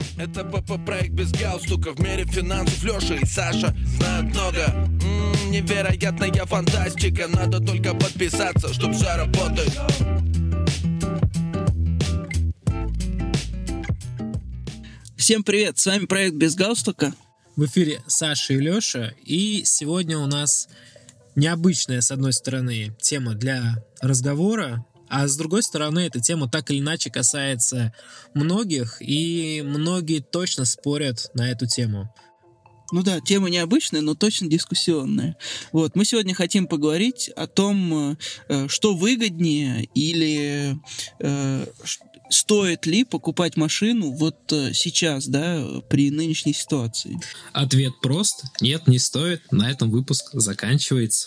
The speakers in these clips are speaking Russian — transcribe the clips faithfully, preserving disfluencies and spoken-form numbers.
Это ПП-проект без галстука. В мире финансов Леша и Саша знают много. М-м, невероятная фантастика. Надо только подписаться, чтоб все работает. Всем привет, с вами проект без галстука. В эфире Саша и Леша. И сегодня у нас необычная, с одной стороны, тема для разговора, а с другой стороны, эта тема так или иначе касается многих, и многие точно спорят на эту тему. Ну да, тема необычная, но точно дискуссионная. Вот, мы сегодня хотим поговорить о том, что выгоднее или э, стоит ли покупать машину вот сейчас, да, при нынешней ситуации. Ответ прост. Нет, не стоит. На этом выпуск заканчивается.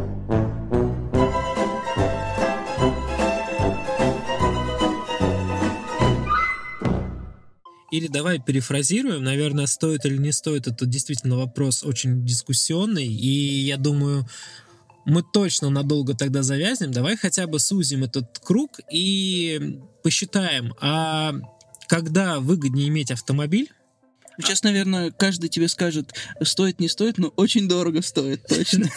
Или давай перефразируем, наверное, стоит или не стоит, это действительно вопрос очень дискуссионный, и я думаю, мы точно надолго тогда завязнем. Давай хотя бы сузим этот круг и посчитаем, а когда выгоднее иметь автомобиль? Сейчас, наверное, каждый тебе скажет, стоит, не стоит, но очень дорого стоит, точно.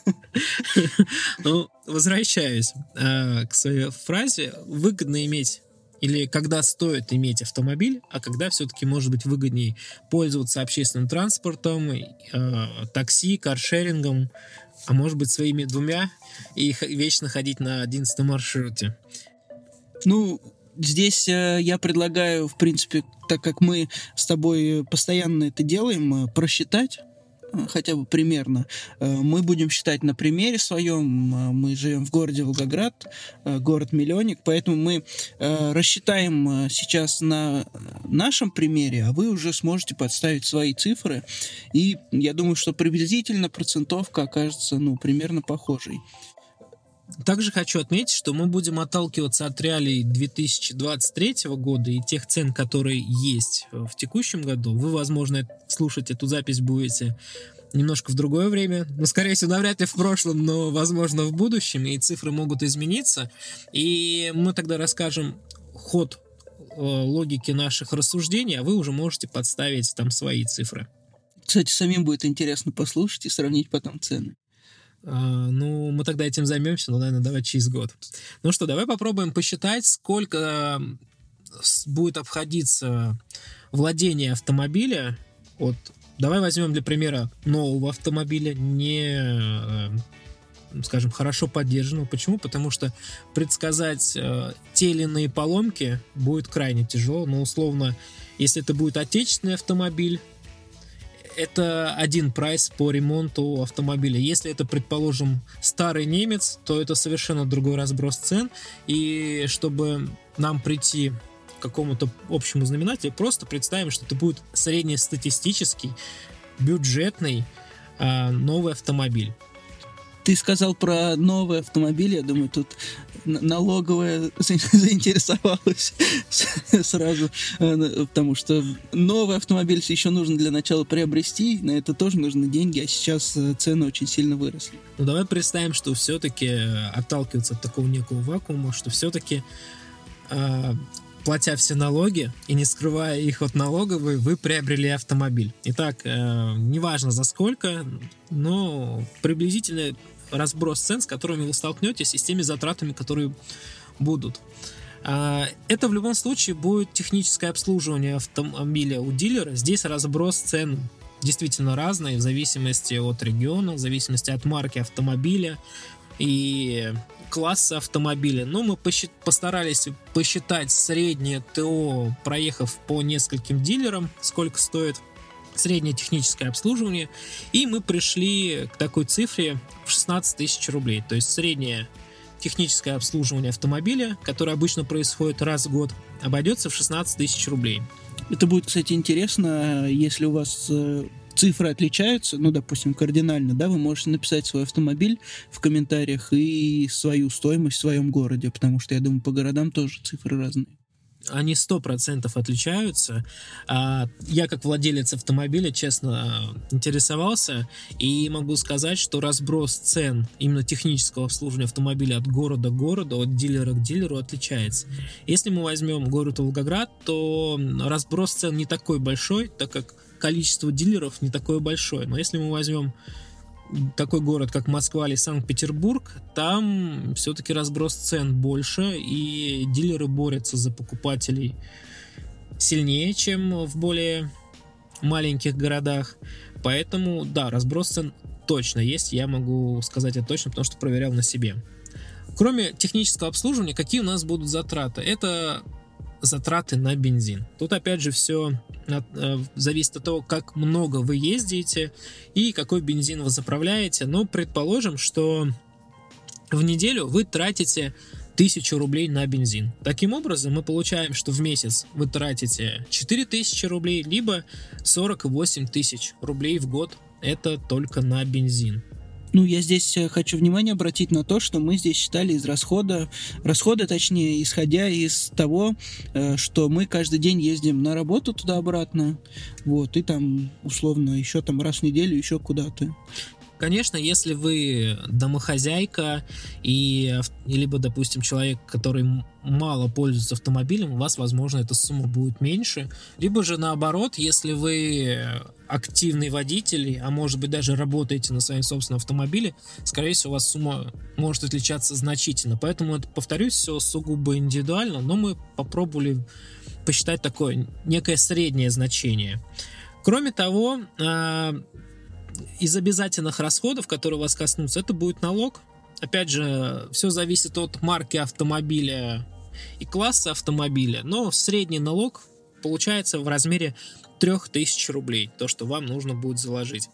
Ну, возвращаюсь к своей фразе, выгодно иметь или когда стоит иметь автомобиль, а когда все-таки может быть выгоднее пользоваться общественным транспортом, э, такси, каршерингом, а может быть своими двумя и х- вечно ходить на одиннадцатом маршруте. Ну, здесь э, я предлагаю, в принципе, так как мы с тобой постоянно это делаем, э, просчитать хотя бы примерно. Мы будем считать на примере своем. Мы живем в городе Волгоград, город-миллионник, поэтому мы рассчитаем сейчас на нашем примере, а вы уже сможете подставить свои цифры. И я думаю, что приблизительно процентовка окажется, ну, примерно похожей. Также хочу отметить, что мы будем отталкиваться от реалий две тысячи двадцать третьего года и тех цен, которые есть в текущем году. Вы, возможно, слушать эту запись будете немножко в другое время, ну, скорее всего, навряд ли в прошлом, но, возможно, в будущем, и цифры могут измениться. И мы тогда расскажем ход э, логики наших рассуждений, а вы уже можете подставить там свои цифры. Кстати, самим будет интересно послушать и сравнить потом цены. Uh, ну, мы тогда этим займемся, ну, наверное, давай через год. Ну что, давай попробуем посчитать, сколько будет обходиться владение автомобиля. Вот, давай возьмем для примера нового автомобиля, не, скажем, хорошо поддержанного. Почему? Потому что предсказать э, те или иные поломки будет крайне тяжело. Но, условно, если это будет отечественный автомобиль, это один прайс по ремонту автомобиля. Если это, предположим, старый немец, то это совершенно другой разброс цен. И чтобы нам прийти к какому-то общему знаменателю, просто представим, что это будет среднестатистический, бюджетный э, новый автомобиль. Ты сказал про новый автомобиль, я думаю, тут налоговая заинтересовалась сразу, потому что новый автомобиль еще нужно для начала приобрести, на это тоже нужны деньги, а сейчас цены очень сильно выросли. Ну давай представим, что все-таки отталкиваться от такого некого вакуума, что все-таки э, платя все налоги и не скрывая их от налоговой, вы приобрели автомобиль. Итак, э, неважно за сколько, но приблизительно разброс цен, с которыми вы столкнетесь, и с теми затратами, которые будут. Это в любом случае будет техническое обслуживание автомобиля у дилера. Здесь разброс цен действительно разный в зависимости от региона, в зависимости от марки автомобиля и класса автомобиля. Но мы посчит- постарались посчитать среднее ТО, проехав по нескольким дилерам, сколько стоит среднее техническое обслуживание, и мы пришли к такой цифре в шестнадцать тысяч рублей. То есть среднее техническое обслуживание автомобиля, которое обычно происходит раз в год, обойдется в шестнадцать тысяч рублей. Это будет, кстати, интересно, если у вас э, цифры отличаются, ну, допустим, кардинально, да, вы можете написать свой автомобиль в комментариях и свою стоимость в своем городе, потому что, я думаю, по городам тоже цифры разные. они сто процентов отличаются. Я, как владелец автомобиля, честно интересовался и могу сказать, что разброс цен именно технического обслуживания автомобиля от города к городу, от дилера к дилеру отличается. Если мы возьмем город Волгоград, то разброс цен не такой большой, так как количество дилеров не такое большое. Но если мы возьмем такой город, как Москва или Санкт-Петербург, там все-таки разброс цен больше, и дилеры борются за покупателей сильнее, чем в более маленьких городах. Поэтому, да, разброс цен точно есть, я могу сказать это точно, потому что проверял на себе. Кроме технического обслуживания, какие у нас будут затраты? Это затраты на бензин. Тут опять же все от, э, зависит от того, как много вы ездите и какой бензин вы заправляете. Но предположим, что в неделю вы тратите тысячу рублей на бензин. Таким образом, мы получаем, что в месяц вы тратите четыре тысячи рублей, либо сорок восемь тысяч рублей в год. Это только на бензин. Ну, я здесь хочу внимание обратить на то, что мы здесь считали из расхода, расхода, точнее, исходя из того, что мы каждый день ездим на работу туда-обратно, вот, и там, условно, еще там раз в неделю еще куда-то. Конечно, если вы домохозяйка и, либо, допустим, человек, который мало пользуется автомобилем, у вас, возможно, эта сумма будет меньше. Либо же наоборот, если вы активный водитель, а может быть даже работаете на своем собственном автомобиле, скорее всего, у вас сумма может отличаться значительно. Поэтому, это, повторюсь, все сугубо индивидуально, но мы попробовали посчитать такое некое среднее значение. Кроме того, из обязательных расходов, которые вас коснутся, это будет налог. Опять же, все зависит от марки автомобиля и класса автомобиля, но средний налог получается в размере три тысячи рублей, то, что вам нужно будет заложить.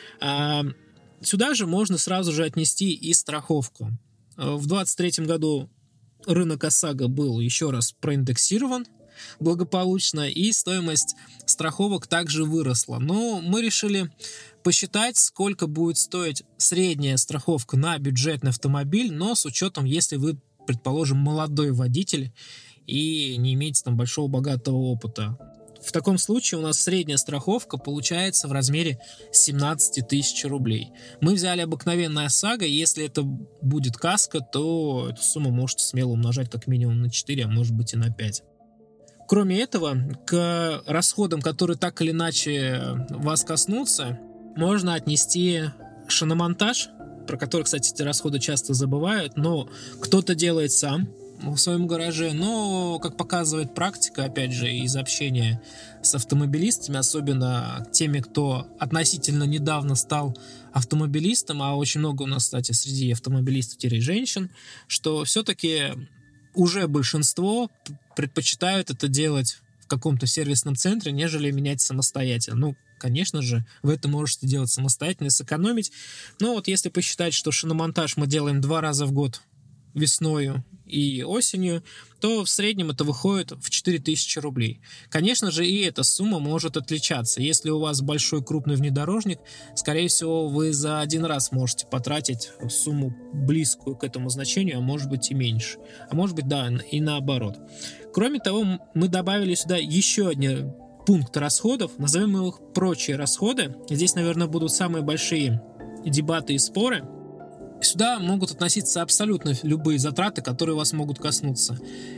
А сюда же можно сразу же отнести и страховку. В двадцать третьем году рынок ОСАГО был еще раз проиндексирован благополучно, и стоимость страховок также выросла. Но мы решили посчитать, сколько будет стоить средняя страховка на бюджетный автомобиль, но с учетом, если вы, предположим, молодой водитель и не имеете там большого богатого опыта. В таком случае у нас средняя страховка получается в размере семнадцать тысяч рублей. Мы взяли обыкновенное ОСАГО, если это будет каско, то эту сумму можете смело умножать как минимум на четыре, а может быть и на пять. Кроме этого, к расходам, которые так или иначе вас коснутся, можно отнести шиномонтаж, про который, кстати, эти расходы часто забывают, но кто-то делает сам в своем гараже, но, как показывает практика, опять же, из общения с автомобилистами, особенно теми, кто относительно недавно стал автомобилистом, а очень много у нас, кстати, среди автомобилистов-женщин, что все-таки уже большинство предпочитают это делать в каком-то сервисном центре, нежели менять самостоятельно. Ну, конечно же, вы это можете делать самостоятельно и сэкономить. Но вот если посчитать, что шиномонтаж мы делаем два раза в год, весною и осенью, то в среднем это выходит в четыре тысячи рублей. Конечно же, и эта сумма может отличаться. Если у вас большой крупный внедорожник, скорее всего, вы за один раз можете потратить сумму близкую к этому значению, а может быть и меньше. А может быть, да, и наоборот. Кроме того, мы добавили сюда еще один пункт расходов, назовем их прочие расходы. Здесь, наверное, будут самые большие дебаты и споры. Сюда могут относиться абсолютно любые затраты, которые вас могут коснуться.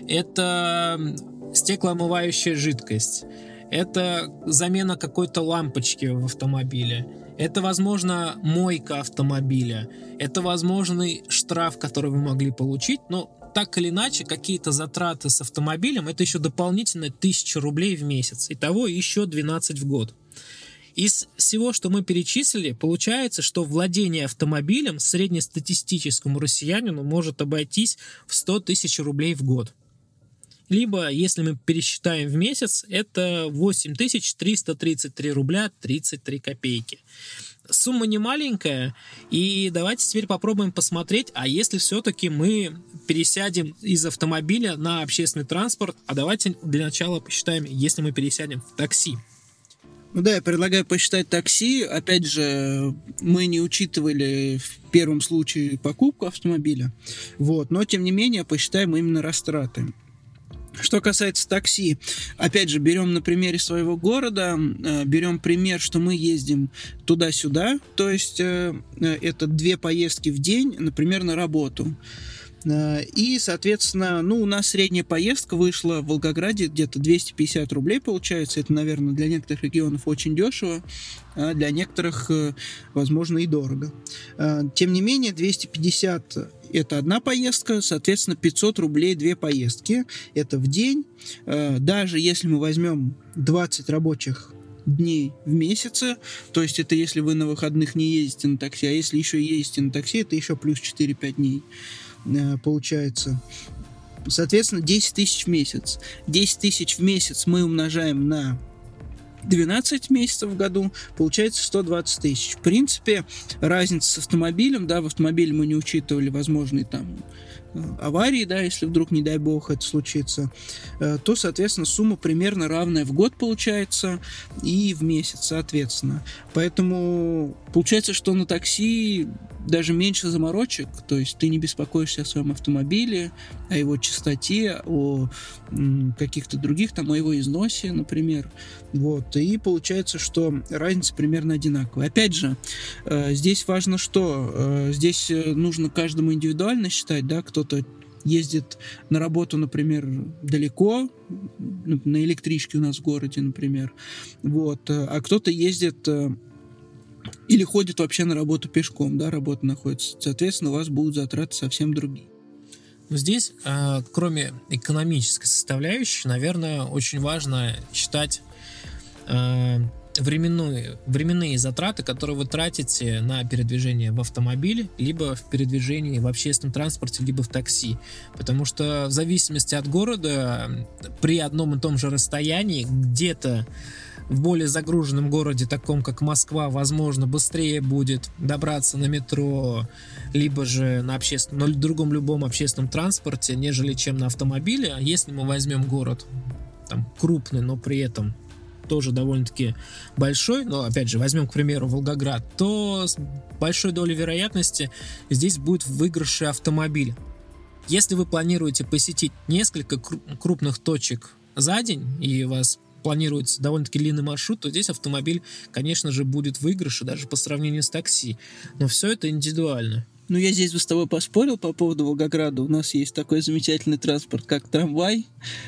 Это стеклоомывающая жидкость, это замена какой-то лампочки в автомобиле, это, возможно, мойка автомобиля, это возможный штраф, который вы могли получить, но так или иначе, какие-то затраты с автомобилем, это еще дополнительно тысяча рублей в месяц, итого еще двенадцать в год. Из всего, что мы перечислили, получается, что владение автомобилем среднестатистическому россиянину может обойтись в сто тысяч рублей в год. Либо, если мы пересчитаем в месяц, это восемь тысяч триста тридцать три рубля тридцать три копейки. Сумма не маленькая, и давайте теперь попробуем посмотреть, а если все-таки мы пересядем из автомобиля на общественный транспорт, а давайте для начала посчитаем, если мы пересядем в такси. Ну да, я предлагаю посчитать такси. Опять же, мы не учитывали в первом случае покупку автомобиля, вот, но тем не менее посчитаем именно растраты. Что касается такси, опять же, берем на примере своего города, берем пример, что мы ездим туда-сюда, то есть это две поездки в день, например, на работу. И, соответственно, ну, у нас средняя поездка вышла в Волгограде где-то двести пятьдесят рублей, получается. Это, наверное, для некоторых регионов очень дешево, а для некоторых, возможно, и дорого. Тем не менее, двести пятьдесят это одна поездка, соответственно, пятьсот рублей две поездки. Это в день. Даже если мы возьмем двадцать рабочих дней в месяце, то есть это если вы на выходных не ездите на такси, а если еще ездите на такси, это еще плюс четыре-пять дней получается. Соответственно, десять тысяч в месяц. десять тысяч в месяц мы умножаем на двенадцать месяцев в году, получается сто двадцать тысяч. В принципе, разница с автомобилем, да, в автомобиле мы не учитывали возможные там аварии, да, если вдруг, не дай бог, это случится, то, соответственно, сумма примерно равная в год получается и в месяц, соответственно. Поэтому получается, что на такси даже меньше заморочек, то есть ты не беспокоишься о своем автомобиле, о его чистоте, о м, каких-то других, там, о его износе, например. Вот. И получается, что разница примерно одинаковая. Опять же, э, здесь важно что? Э, здесь нужно каждому индивидуально считать, да, кто-то ездит на работу, например, далеко, на электричке у нас в городе, например, вот, а кто-то ездит или ходит вообще на работу пешком, да, работа находится. Соответственно, у вас будут затраты совсем другие. Но здесь, э, кроме экономической составляющей, наверное, очень важно считать э, временные, временные затраты, которые вы тратите на передвижение в автомобиле, либо в передвижении в общественном транспорте, либо в такси. Потому что в зависимости от города, при одном и том же расстоянии, где-то в более загруженном городе, таком как Москва, возможно, быстрее будет добраться на метро, либо же на общественном, на другом любом общественном транспорте, нежели чем на автомобиле. А если мы возьмем город там, крупный, но при этом тоже довольно-таки большой, но, опять же, возьмем, к примеру, Волгоград, то с большой долей вероятности здесь будет в выигрыше автомобиль. Если вы планируете посетить несколько крупных точек за день, и у вас планируется довольно-таки длинный маршрут, то здесь автомобиль, конечно же, будет в выигрыше даже по сравнению с такси. Но все это индивидуально. Ну, я здесь бы с тобой поспорил по поводу Волгограда. У нас есть такой замечательный транспорт, как трамвай,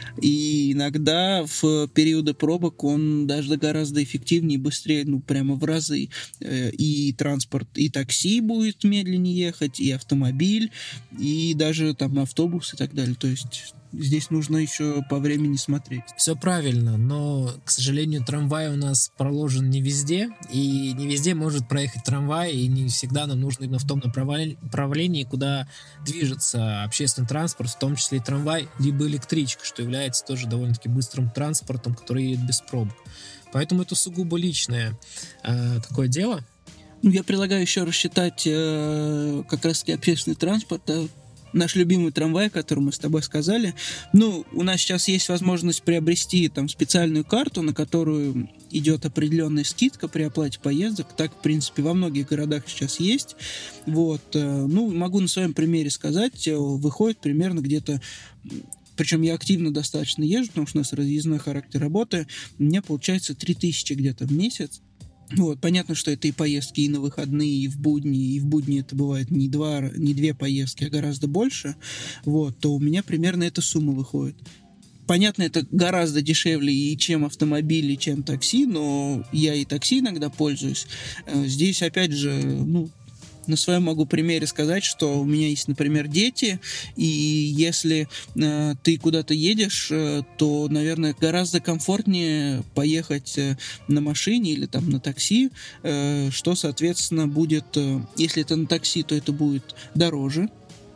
и иногда в периоды пробок он даже гораздо эффективнее и быстрее, ну, прямо в разы. И транспорт, и такси будет медленнее ехать, и автомобиль, и даже там автобус и так далее. То есть здесь нужно еще по времени смотреть. Все правильно, но, к сожалению, трамвай у нас проложен не везде, и не везде может проехать трамвай, и не всегда нам нужно именно в том направлении, куда движется общественный транспорт, в том числе и трамвай, либо электричка, что является тоже довольно-таки быстрым транспортом, который едет без пробок. Поэтому это сугубо личное э, такое дело. Ну, я предлагаю еще рассчитать э, как раз-таки общественный транспорт, да, наш любимый трамвай, о котором мы с тобой сказали. Ну, у нас сейчас есть возможность приобрести там специальную карту, на которую идет определенная скидка при оплате поездок. Так, в принципе, во многих городах сейчас есть. Вот. Ну, могу на своем примере сказать, выходит примерно где-то... Причем я активно достаточно езжу, потому что у нас разъездной характер работы. У меня получается три тысячи где-то в месяц. Вот, понятно, что это и поездки и на выходные, и в будни, и в будни это бывает не, два, не две поездки, а гораздо больше, вот, то у меня примерно эта сумма выходит. Понятно, это гораздо дешевле и чем автомобиль, и чем такси, но я и такси иногда пользуюсь. Здесь, опять же, ну, на своем могу примере сказать, что у меня есть, например, дети, и если э, ты куда-то едешь, э, то, наверное, гораздо комфортнее поехать э, на машине или там на такси, э, что, соответственно, будет, э, если это на такси, то это будет дороже,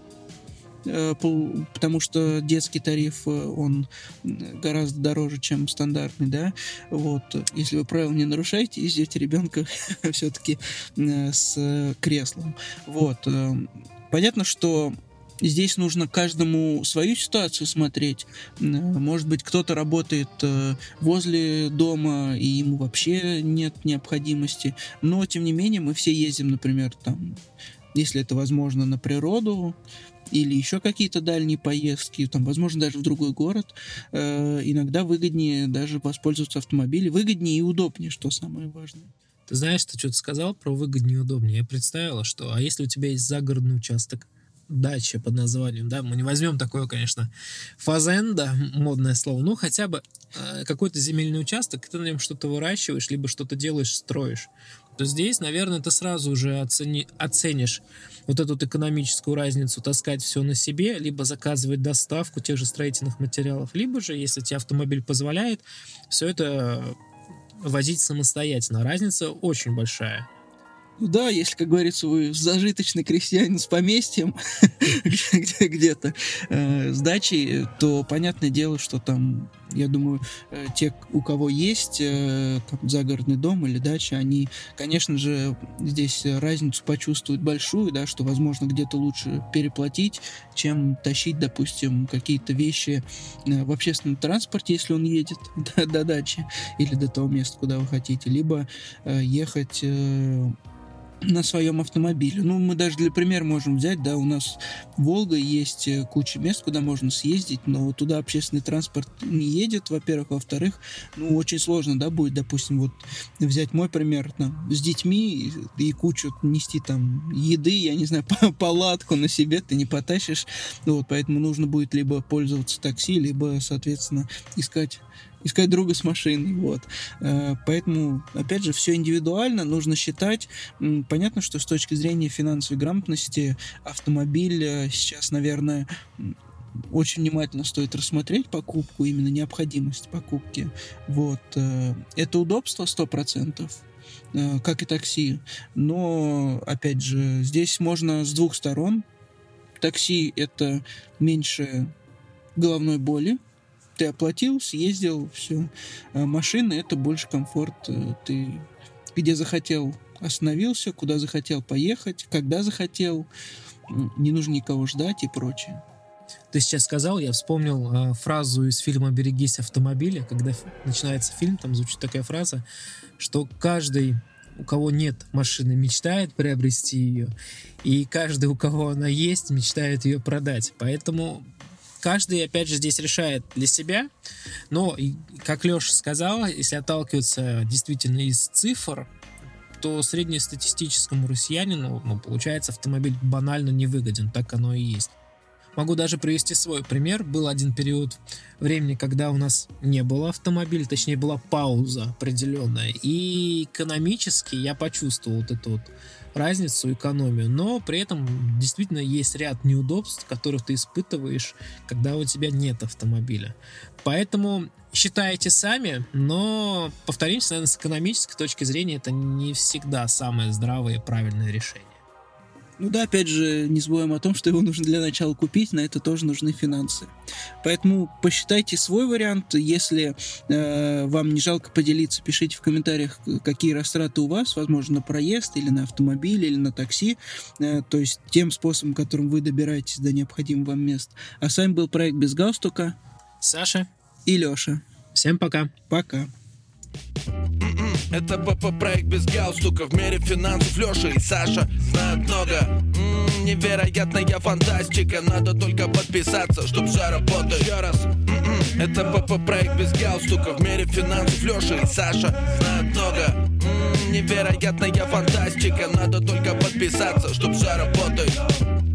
потому что детский тариф, он гораздо дороже, чем стандартный, да, вот, если вы правила не нарушаете, ездите ребенка все-таки с креслом, вот, понятно, что здесь нужно каждому свою ситуацию смотреть. Может быть, кто-то работает возле дома, и ему вообще нет необходимости, но, тем не менее, мы все ездим, например, там, если это возможно, на природу, или еще какие-то дальние поездки, там, возможно, даже в другой город, э, иногда выгоднее даже воспользоваться автомобилем, выгоднее и удобнее, что самое важное. Ты знаешь, ты что-то сказал про выгоднее и удобнее. Я представила, что, а если у тебя есть загородный участок, дача под названием, да, мы не возьмем такое, конечно, фазенда, модное слово, но хотя бы э, какой-то земельный участок, и ты на нем что-то выращиваешь, либо что-то делаешь, строишь, то здесь, наверное, ты сразу уже оцени, оценишь вот эту вот экономическую разницу, таскать все на себе, либо заказывать доставку тех же строительных материалов, либо же, если тебе автомобиль позволяет, все это возить самостоятельно. Разница очень большая. Ну да, если, как говорится, вы зажиточный крестьянин с поместьем где-то, э, с дачей, то понятное дело, что там, я думаю, э, те, у кого есть э, там, загородный дом или дача, они, конечно же, здесь разницу почувствуют большую, да, что, возможно, где-то лучше переплатить, чем тащить, допустим, какие-то вещи э, в общественном транспорте, если он едет до, до дачи или до того места, куда вы хотите, либо э, ехать... Э, на своем автомобиле. Ну, мы даже для примера можем взять, да, у нас Волга, есть куча мест, куда можно съездить, но туда общественный транспорт не едет, во-первых, во-вторых, ну, очень сложно, да, будет, допустим, вот взять мой пример, там, с детьми и, и кучу нести там еды, я не знаю, палатку на себе ты не потащишь, вот, поэтому нужно будет либо пользоваться такси, либо, соответственно, искать искать друга с машиной, вот. Поэтому, опять же, все индивидуально, нужно считать. Понятно, что с точки зрения финансовой грамотности автомобиль сейчас, наверное, очень внимательно стоит рассмотреть покупку, именно необходимость покупки. Вот. Это удобство сто процентов, как и такси, но, опять же, здесь можно с двух сторон. Такси — это меньше головной боли, ты оплатил, съездил, все. А машина — это больше комфорт. Ты где захотел остановился, куда захотел поехать, когда захотел, не нужно никого ждать и прочее. Ты сейчас сказал, я вспомнил э, фразу из фильма «Берегись автомобиля», когда ф- начинается фильм, там звучит такая фраза, что каждый, у кого нет машины, мечтает приобрести ее, и каждый, у кого она есть, мечтает ее продать. Поэтому каждый, опять же, здесь решает для себя, но, как Леша сказал, если отталкиваться действительно из цифр, то среднестатистическому россиянину, ну, получается, автомобиль банально невыгоден, так оно и есть. Могу даже привести свой пример. Был один период времени, когда у нас не было автомобиля, точнее, была пауза определенная, и экономически я почувствовал вот эту вот разницу, экономию, но при этом действительно есть ряд неудобств, которых ты испытываешь, когда у тебя нет автомобиля. Поэтому считайте сами, но, повторимся, наверное, с экономической точки зрения это не всегда самое здравое и правильное решение. Ну да, опять же, не забываем о том, что его нужно для начала купить, на это тоже нужны финансы. Поэтому посчитайте свой вариант. Если э, вам не жалко поделиться, пишите в комментариях, какие растраты у вас, возможно, на проезд, или на автомобиль, или на такси. Э, то есть тем способом, которым вы добираетесь до необходимых вам мест. А с вами был проект «Без галстука». Саша и Леша. Всем пока. Пока. Это ПП-проект без галстука. В мире финансов Леша и Саша знают много. М-м, невероятная фантастика. Надо только подписаться, чтоб все работало. Еще раз. М-м, это ПП-проект без галстука. В мире финансов Леша и Саша знают много. М-м, невероятная фантастика. Надо только подписаться, чтоб все работало.